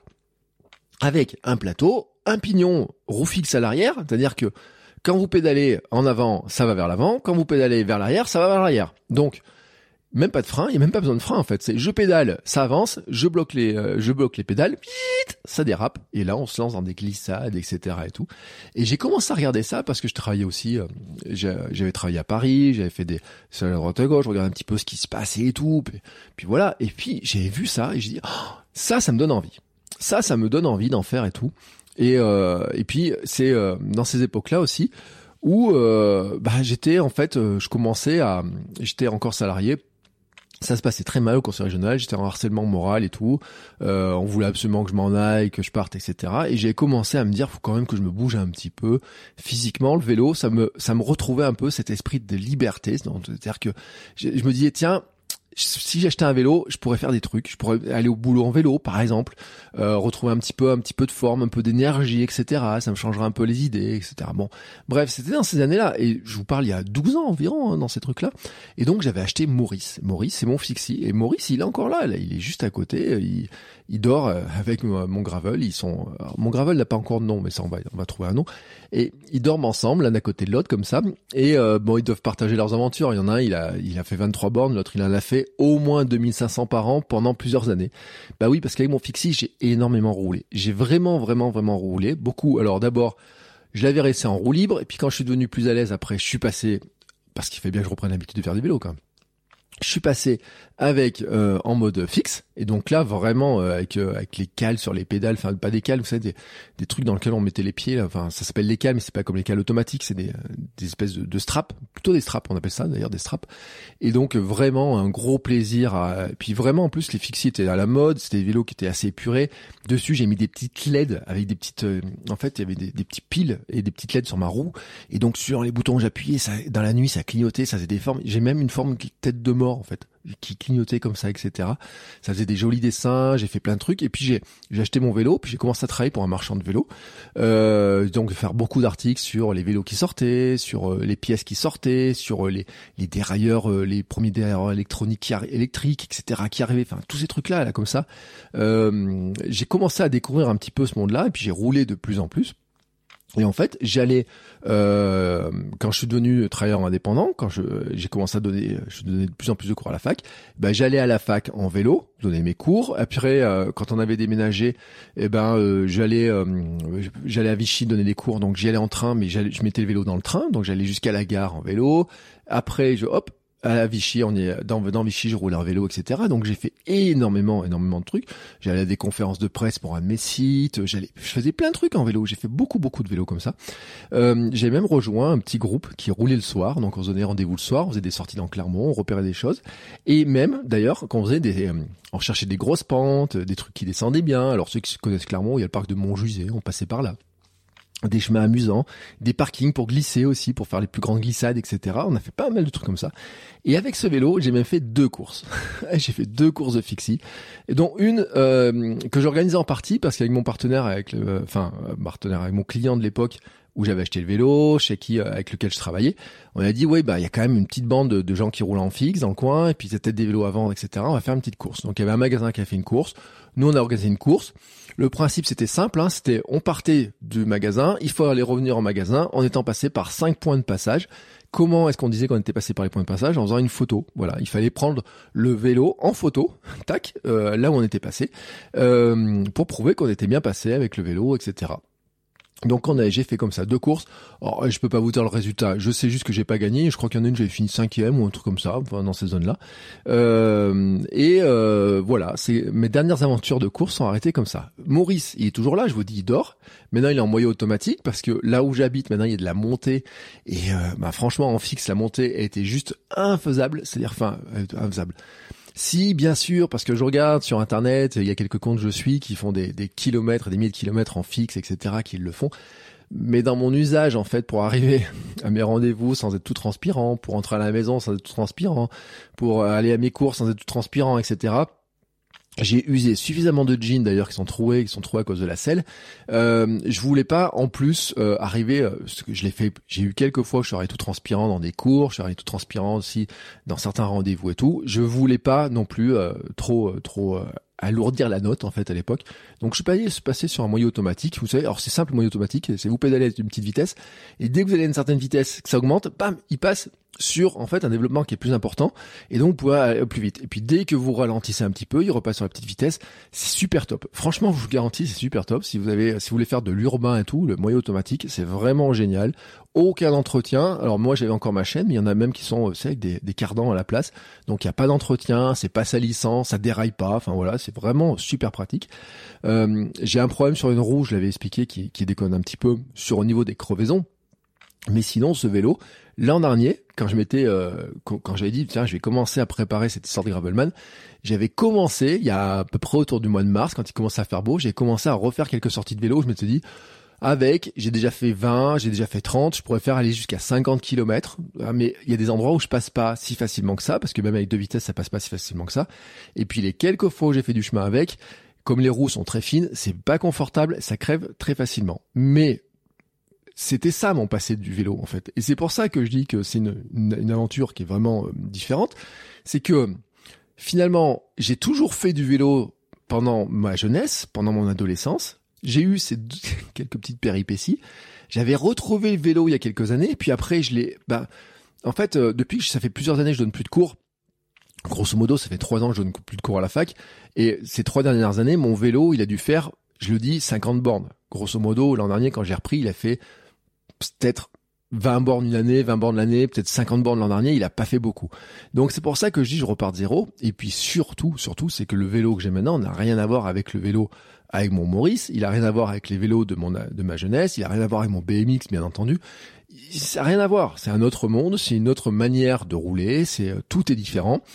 avec un plateau, un pignon roue fixe à l'arrière, c'est-à-dire que quand vous pédalez en avant, ça va vers l'avant, quand vous pédalez vers l'arrière, ça va vers l'arrière. Donc, même pas de frein, il y a même pas besoin de frein en fait. C'est je pédale, ça avance, je bloque les, euh, je bloque les pédales, vite, ça dérape. Et là, on se lance dans des glissades, et cetera et tout. Et j'ai commencé à regarder ça parce que je travaillais aussi. Euh, j'avais travaillé à Paris, j'avais fait des sur la droite à gauche, je regardais un petit peu ce qui se passait et tout. Puis, puis voilà. Et puis j'ai vu ça et j'ai dit oh, ça, ça me donne envie. Ça, ça me donne envie d'en faire et tout. Et euh, et puis c'est euh, dans ces époques-là aussi où euh, bah j'étais en fait, euh, je commençais à, j'étais encore salarié. Ça se passait très mal au conseil régional, j'étais en harcèlement moral et tout, euh, on voulait absolument que je m'en aille, que je parte, et cetera. Et j'ai commencé à me dire, faut quand même que je me bouge un petit peu. Physiquement, le vélo, ça me, ça me retrouvait un peu cet esprit de liberté, c'est-à-dire que je, je me disais, tiens, si j'achetais un vélo, je pourrais faire des trucs, je pourrais aller au boulot en vélo, par exemple, euh, retrouver un petit peu, un petit peu de forme, un peu d'énergie, et cetera. Ça me changerait un peu les idées, et cetera. Bon, bref, c'était dans ces années-là, et je vous parle il y a douze ans environ, hein, dans ces trucs-là. Et donc j'avais acheté Maurice. Maurice, c'est mon fixie, et Maurice, il est encore là, là, il est juste à côté. Il, il dort avec mon gravel. Ils sont, alors, mon gravel n'a pas encore de nom, mais ça on va, on va trouver un nom. Et ils dorment ensemble, l'un à côté de l'autre, comme ça. Et euh, bon, ils doivent partager leurs aventures. Il y en a un, il a, il a fait vingt-trois bornes, l'autre il en a fait faisais au moins deux mille cinq cents par an pendant plusieurs années. Bah oui, parce qu'avec mon fixie, j'ai énormément roulé. J'ai vraiment, vraiment, vraiment roulé. Beaucoup. Alors d'abord, je l'avais resté en roue libre, et puis quand je suis devenu plus à l'aise, après, je suis passé, parce qu'il fait bien que je reprenne l'habitude de faire du vélo quand même. Je suis passé avec euh, en mode fixe, et donc là vraiment euh, avec euh, avec les cales sur les pédales, enfin pas des cales, vous savez, des, des trucs dans lesquels on mettait les pieds là. Enfin ça s'appelle les cales, mais c'est pas comme les cales automatiques, c'est des, des espèces de, de straps, plutôt des straps, on appelle ça d'ailleurs des straps. Et donc vraiment un gros plaisir à... Et puis vraiment en plus les fixies étaient à la mode, c'était des vélos qui étaient assez épurés. Dessus j'ai mis des petites L E D avec des petites, euh, en fait il y avait des, des petits piles et des petites L E D sur ma roue, et donc sur les boutons j'appuyais, ça dans la nuit ça clignotait, ça faisait des formes. J'ai même une forme qui tête de mort en fait, qui clignotait comme ça, et cetera. Ça faisait des jolis dessins, j'ai fait plein de trucs, et puis j'ai j'ai acheté mon vélo, puis j'ai commencé à travailler pour un marchand de vélos, euh, donc de faire beaucoup d'articles sur les vélos qui sortaient, sur euh, les pièces qui sortaient, sur euh, les les dérailleurs, euh, les premiers dérailleurs électroniques qui arri- électriques, et cetera qui arrivaient, enfin tous ces trucs là, là comme ça. Euh, j'ai commencé à découvrir un petit peu ce monde-là, et puis j'ai roulé de plus en plus. Et en fait, j'allais euh, quand je suis devenu travailleur indépendant, quand je j'ai commencé à donner, je donnais de plus en plus de cours à la fac. Ben j'allais à la fac en vélo, donner mes cours. Après, euh, quand on avait déménagé, eh ben euh, j'allais euh, j'allais à Vichy donner des cours, donc j'y allais en train, mais j'allais, je mettais le vélo dans le train, donc j'allais jusqu'à la gare en vélo. Après, je hop. À la Vichy, on est dans, dans Vichy, je roulais en vélo, et cetera. Donc j'ai fait énormément, énormément de trucs. J'allais à des conférences de presse pour un de mes sites. J'allais, je faisais plein de trucs en vélo. J'ai fait beaucoup, beaucoup de vélo comme ça. Euh, j'ai même rejoint un petit groupe qui roulait le soir. Donc on se donnait rendez-vous le soir, on faisait des sorties dans Clermont, on repérait des choses. Et même, d'ailleurs, quand on faisait des, euh, on recherchait des grosses pentes, des trucs qui descendaient bien. Alors ceux qui connaissent Clermont, il y a le parc de Montjuset, on passait par là. Des chemins amusants, des parkings pour glisser aussi, pour faire les plus grandes glissades, et cetera. On a fait pas mal de trucs comme ça. Et avec ce vélo, j'ai même fait deux courses. J'ai fait deux courses de fixie, et dont une euh, que j'organisais en partie parce qu'avec mon partenaire, avec le, enfin euh, partenaire, avec mon client de l'époque où j'avais acheté le vélo, chez qui euh, avec lequel je travaillais, on a dit ouais bah il y a quand même une petite bande de, de gens qui roulent en fixe dans le coin, et puis il y a peut-être des vélos à vendre, et cetera. On va faire une petite course. Donc il y avait un magasin qui a fait une course. Nous on a organisé une course. Le principe c'était simple, hein, c'était on partait du magasin, il faut aller revenir en magasin en étant passé par cinq points de passage. Comment est-ce qu'on disait qu'on était passé par les points de passage? En faisant une photo. Voilà, il fallait prendre le vélo en photo, tac, euh, là où on était passé, euh, pour prouver qu'on était bien passé avec le vélo, et cetera. Donc on a, j'ai fait comme ça deux courses. Alors, je peux pas vous dire le résultat. Je sais juste que j'ai pas gagné. Je crois qu'il y en a une, j'ai fini cinquième ou un truc comme ça, enfin, dans ces zones-là. Euh, et euh, voilà, c'est mes dernières aventures de course sont arrêtées comme ça. Maurice, il est toujours là. Je vous dis, il dort. Maintenant, il est en moyeu automatique parce que là où j'habite, maintenant, il y a de la montée. Et euh, bah franchement, en fixe, la montée a été juste infaisable. C'est-à-dire, enfin, infaisable. Si, bien sûr, parce que je regarde sur Internet, il y a quelques comptes que je suis qui font des, des kilomètres, des milliers de kilomètres en fixe, et cetera, qui le font. Mais dans mon usage, en fait, pour arriver à mes rendez-vous sans être tout transpirant, pour entrer à la maison sans être tout transpirant, pour aller à mes cours sans être tout transpirant, et cetera, j'ai usé suffisamment de jeans d'ailleurs qui sont troués, qui sont troués à cause de la selle. Euh, je voulais pas en plus euh, arriver, euh, ce que je l'ai fait, j'ai eu quelques fois que je suis arrivé tout transpirant dans des cours, je suis arrivé tout transpirant aussi dans certains rendez-vous et tout. Je voulais pas non plus euh, trop euh, trop euh, alourdir la note en fait à l'époque. Donc je suis passé, passé sur un moyen automatique. Vous savez, alors c'est simple, le moyen automatique, c'est vous pédalez à une petite vitesse et dès que vous allez à une certaine vitesse, que ça augmente, bam, il passe sur en fait un développement qui est plus important, et donc vous pouvez aller plus vite. Et puis dès que vous ralentissez un petit peu, il repasse sur la petite vitesse. C'est super top. Franchement, je vous garantis, c'est super top. Si vous avez, si vous voulez faire de l'urbain et tout, le moyen automatique, c'est vraiment génial. Aucun entretien. Alors moi, j'avais encore ma chaîne, mais il y en a même qui sont, c'est avec des, des cardans à la place. Donc il y a pas d'entretien, c'est pas salissant, ça déraille pas. Enfin voilà, c'est vraiment super pratique. Euh, j'ai un problème sur une roue, je l'avais expliqué, qui, qui déconne un petit peu sur au niveau des crevaisons. Mais sinon, ce vélo, l'an dernier, quand je m'étais, euh, quand, quand j'avais dit, tiens, je vais commencer à préparer cette histoire de Gravelman, j'avais commencé, il y a à peu près autour du mois de mars, quand il commençait à faire beau, j'ai commencé à refaire quelques sorties de vélo. Je m'étais dit, avec, j'ai déjà fait vingt, j'ai déjà fait trente, je pourrais faire aller jusqu'à cinquante kilomètres. Mais il y a des endroits où je passe pas si facilement que ça, parce que même avec deux vitesses, ça passe pas si facilement que ça. Et puis les quelques fois où j'ai fait du chemin avec, comme les roues sont très fines, c'est pas confortable, ça crève très facilement. Mais c'était ça mon passé du vélo en fait. Et c'est pour ça que je dis que c'est une, une, une aventure qui est vraiment euh, différente. C'est que finalement, j'ai toujours fait du vélo pendant ma jeunesse, pendant mon adolescence. J'ai eu ces deux, quelques petites péripéties. J'avais retrouvé le vélo il y a quelques années, et puis après je l'ai... Bah, en fait, euh, depuis que ça fait plusieurs années que je donne plus de cours, Grosso modo, ça fait trois ans que je donne plus de cours à la fac. Et ces trois dernières années, mon vélo, il a dû faire, je le dis, cinquante bornes. Grosso modo, l'an dernier, quand j'ai repris, il a fait peut-être vingt bornes une année, vingt bornes l'année, peut-être cinquante bornes l'an dernier, il a pas fait beaucoup. Donc c'est pour ça que je dis je repars de zéro. Et puis surtout, surtout, c'est que le vélo que j'ai maintenant n'a rien à voir avec le vélo avec mon Maurice, il a rien à voir avec les vélos de mon de ma jeunesse, il a rien à voir avec mon B M X bien entendu. Ça n'a rien à voir, c'est un autre monde, c'est une autre manière de rouler, c'est tout est différent.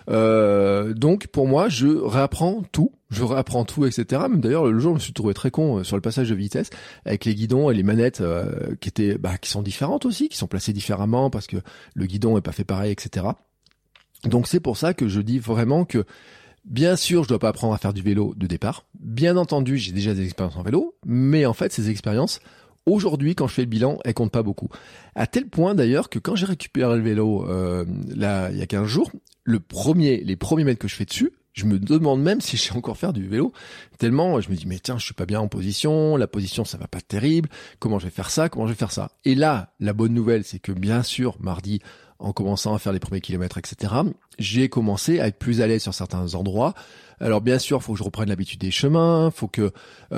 Euh, donc pour moi, je réapprends tout, je réapprends tout, et cetera. Même d'ailleurs, le jour, je me suis trouvé très con sur le passage de vitesse avec les guidons et les manettes euh, qui étaient, bah, qui sont différentes aussi, qui sont placées différemment parce que le guidon est pas fait pareil, et cetera. Donc c'est pour ça que je dis vraiment que, bien sûr, je dois pas apprendre à faire du vélo de départ. Bien entendu, j'ai déjà des expériences en vélo, mais en fait, ces expériences, aujourd'hui, quand je fais le bilan, elles comptent pas beaucoup. À tel point d'ailleurs que quand j'ai récupéré le vélo euh, là il y a quinze jours, le premier, les premiers mètres que je fais dessus, je me demande même si je sais encore faire du vélo. Tellement je me dis mais tiens, je suis pas bien en position, la position ça va pas terrible. Comment je vais faire ça Comment je vais faire ça Et là, la bonne nouvelle, c'est que bien sûr, mardi, en commençant à faire les premiers kilomètres, et cetera, j'ai commencé à être plus à l'aise sur certains endroits. Alors bien sûr, faut que je reprenne l'habitude des chemins, faut que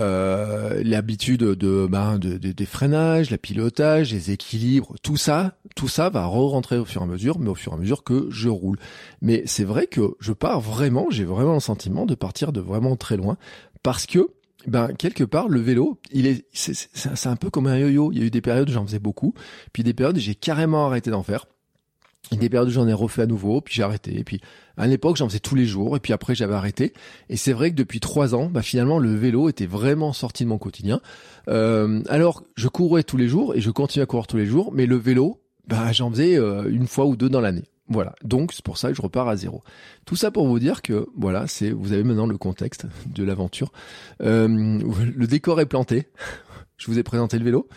euh, l'habitude de, ben, de, de des freinages, la pilotage, les équilibres, tout ça, tout ça va re-rentrer au fur et à mesure, mais au fur et à mesure que je roule. Mais c'est vrai que je pars vraiment, j'ai vraiment le sentiment de partir de vraiment très loin, parce que ben quelque part le vélo, il est, c'est, c'est, c'est un peu comme un yo-yo. Il y a eu des périodes où j'en faisais beaucoup, puis des périodes où j'ai carrément arrêté d'en faire. Il y a des périodes où j'en ai refait à nouveau, puis j'ai arrêté. Et puis, à l'époque, j'en faisais tous les jours, et puis après, j'avais arrêté. Et c'est vrai que depuis trois ans, bah, finalement, le vélo était vraiment sorti de mon quotidien. Euh, alors, je courais tous les jours, et je continue à courir tous les jours, mais le vélo, bah, j'en faisais euh, une fois ou deux dans l'année. Voilà. Donc, c'est pour ça que je repars à zéro. Tout ça pour vous dire que, voilà, c'est, vous avez maintenant le contexte de l'aventure. Euh, le décor est planté. Je vous ai présenté le vélo.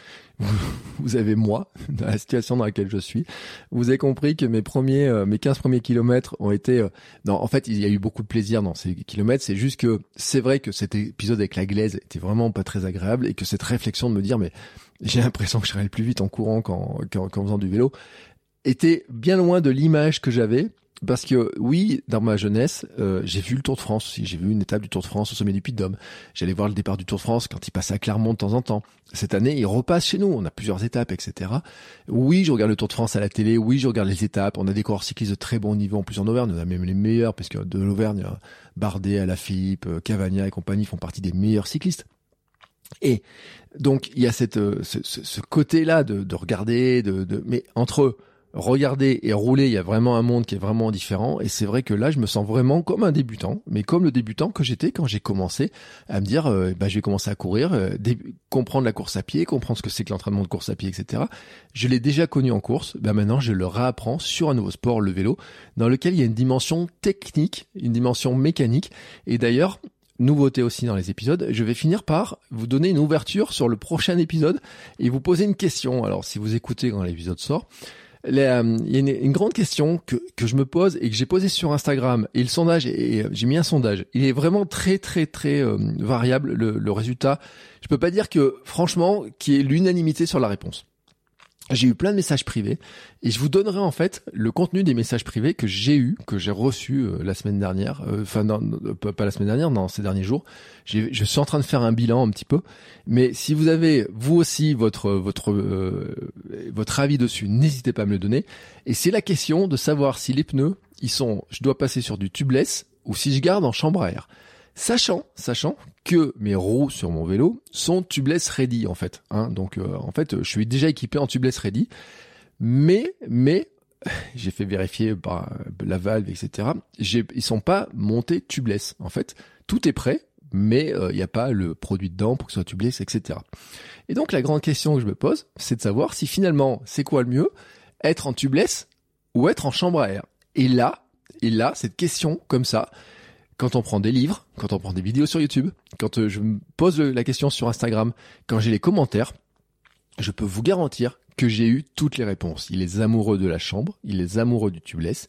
Vous avez moi, dans la situation dans laquelle je suis. Vous avez compris que mes premiers, euh, mes quinze premiers kilomètres ont été, euh, non, en fait, il y a eu beaucoup de plaisir dans ces kilomètres. C'est juste que c'est vrai que cet épisode avec la glaise était vraiment pas très agréable et que cette réflexion de me dire, mais j'ai l'impression que je serais le plus vite en courant qu'en, qu'en, qu'en faisant du vélo était bien loin de l'image que j'avais. Parce que oui, dans ma jeunesse, euh, j'ai vu le Tour de France aussi. J'ai vu une étape du Tour de France au sommet du Puy-de-Dôme. J'allais voir le départ du Tour de France quand il passait à Clermont de temps en temps. Cette année, il repasse chez nous. On a plusieurs étapes, et cetera. Oui, je regarde le Tour de France à la télé. Oui, je regarde les étapes. On a des coureurs cyclistes de très bon niveau en plus en Auvergne. On a même les meilleurs, parce que de l'Auvergne, Bardet, Alaphilippe, Cavagna et compagnie font partie des meilleurs cyclistes. Et donc, il y a cette, ce, ce, ce côté-là de, de regarder, de, de, mais entre eux, regarder et rouler, il y a vraiment un monde qui est vraiment différent. Et c'est vrai que là, je me sens vraiment comme un débutant, mais comme le débutant que j'étais quand j'ai commencé à me dire, euh, bah, je vais commencer à courir, euh, dé- comprendre la course à pied, comprendre ce que c'est que l'entraînement de course à pied, et cetera. Je l'ai déjà connu en course. Bah, maintenant, je le réapprends sur un nouveau sport, le vélo, dans lequel il y a une dimension technique, une dimension mécanique. Et d'ailleurs, nouveauté aussi dans les épisodes, je vais finir par vous donner une ouverture sur le prochain épisode et vous poser une question. Alors, si vous écoutez quand l'épisode sort, il y a une, une grande question que, que je me pose et que j'ai posée sur Instagram. Et le sondage, et j'ai mis un sondage. Il est vraiment très, très, très euh, variable, le, le résultat. Je peux pas dire que, franchement, qu'il y ait l'unanimité sur la réponse. J'ai eu plein de messages privés et je vous donnerai en fait le contenu des messages privés que j'ai eu, que j'ai reçu euh, la semaine dernière, euh, enfin non, pas la semaine dernière, non, ces derniers jours. J'ai, je suis en train de faire un bilan un petit peu, mais si vous avez vous aussi votre votre euh, votre avis dessus, n'hésitez pas à me le donner. Et c'est la question de savoir si les pneus, ils sont, je dois passer sur du tubeless ou si je garde en chambre à air. Sachant, sachant que mes roues sur mon vélo sont tubeless ready en fait. Hein, donc euh, en fait, je suis déjà équipé en tubeless ready, mais mais j'ai fait vérifier par la valve, et cetera. J'ai, ils sont pas montés tubeless. En fait, tout est prêt, mais il euh, n'y a pas le produit dedans pour que ce soit tubeless, et cetera. Et donc la grande question que je me pose, c'est de savoir si finalement c'est quoi le mieux, être en tubeless ou être en chambre à air. Et là, et là, cette question comme ça. Quand on prend des livres, quand on prend des vidéos sur YouTube, quand je me pose la question sur Instagram, quand j'ai les commentaires, je peux vous garantir que j'ai eu toutes les réponses. Il est amoureux de la chambre, il est amoureux du tubeless,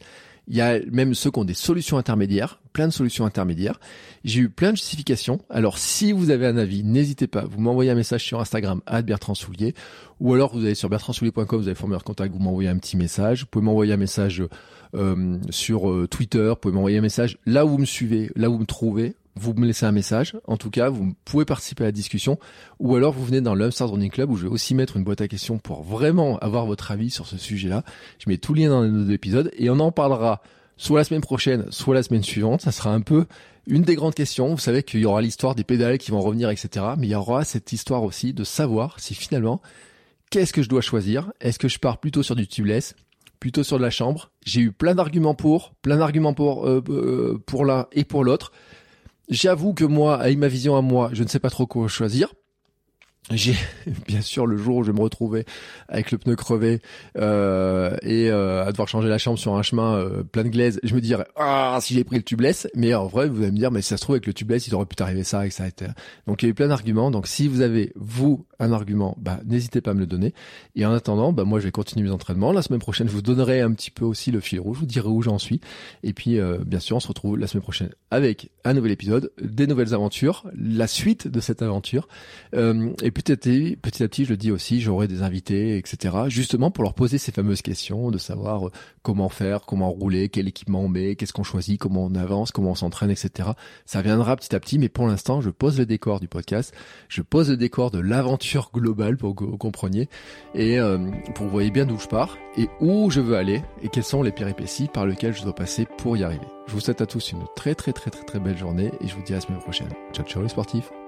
Il y a même ceux qui ont des solutions intermédiaires, plein de solutions intermédiaires. J'ai eu plein de justifications. Alors, si vous avez un avis, n'hésitez pas. Vous m'envoyez un message sur Instagram, arobase bertrand soulier, ou alors vous allez sur bertrand soulier point com, vous avez formulaire de contact, vous m'envoyez un petit message. Vous pouvez m'envoyer un message euh, sur euh, Twitter, vous pouvez m'envoyer un message là où vous me suivez, là où vous me trouvez. Vous me laissez un message. En tout cas, vous pouvez participer à la discussion. Ou alors, vous venez dans l'Hamster Running Club où je vais aussi mettre une boîte à questions pour vraiment avoir votre avis sur ce sujet-là. Je mets tout le lien dans les deux épisodes et on en parlera soit la semaine prochaine, soit la semaine suivante. Ça sera un peu une des grandes questions. Vous savez qu'il y aura l'histoire des pédales qui vont revenir, et cetera. Mais il y aura cette histoire aussi de savoir si finalement, qu'est-ce que je dois choisir? Est-ce que je pars plutôt sur du tubeless, plutôt sur de la chambre? J'ai eu plein d'arguments pour, plein d'arguments pour, euh, euh, pour l'un et pour l'autre. J'avoue que moi, avec ma vision à moi, je ne sais pas trop quoi choisir. J'ai bien sûr le jour où je vais me retrouver avec le pneu crevé euh, et euh, à devoir changer la chambre sur un chemin euh, plein de glaise, je me dirais ah si j'ai pris le tubeless, mais en vrai vous allez me dire mais si ça se trouve avec le tubeless il aurait pu t'arriver ça et ça. Donc il y a eu plein d'arguments. Donc si vous avez vous un argument, bah n'hésitez pas à me le donner. Et en attendant, bah moi je vais continuer mes entraînements. La semaine prochaine je vous donnerai un petit peu aussi le fil rouge, je vous dirai où j'en suis. Et puis euh, bien sûr on se retrouve la semaine prochaine avec un nouvel épisode, des nouvelles aventures, la suite de cette aventure. Euh, et petit à petit, petit à petit, je le dis aussi, j'aurai des invités, et cetera. Justement pour leur poser ces fameuses questions de savoir comment faire, comment rouler, quel équipement on met, qu'est-ce qu'on choisit, comment on avance, comment on s'entraîne, et cetera. Ça viendra petit à petit, mais pour l'instant, je pose le décor du podcast, je pose le décor de l'aventure globale pour que vous compreniez et euh, pour que vous voyez bien d'où je pars et où je veux aller et quelles sont les péripéties par lesquelles je dois passer pour y arriver. Je vous souhaite à tous une très très très très très belle journée et je vous dis à la semaine prochaine. Ciao ciao les sportifs.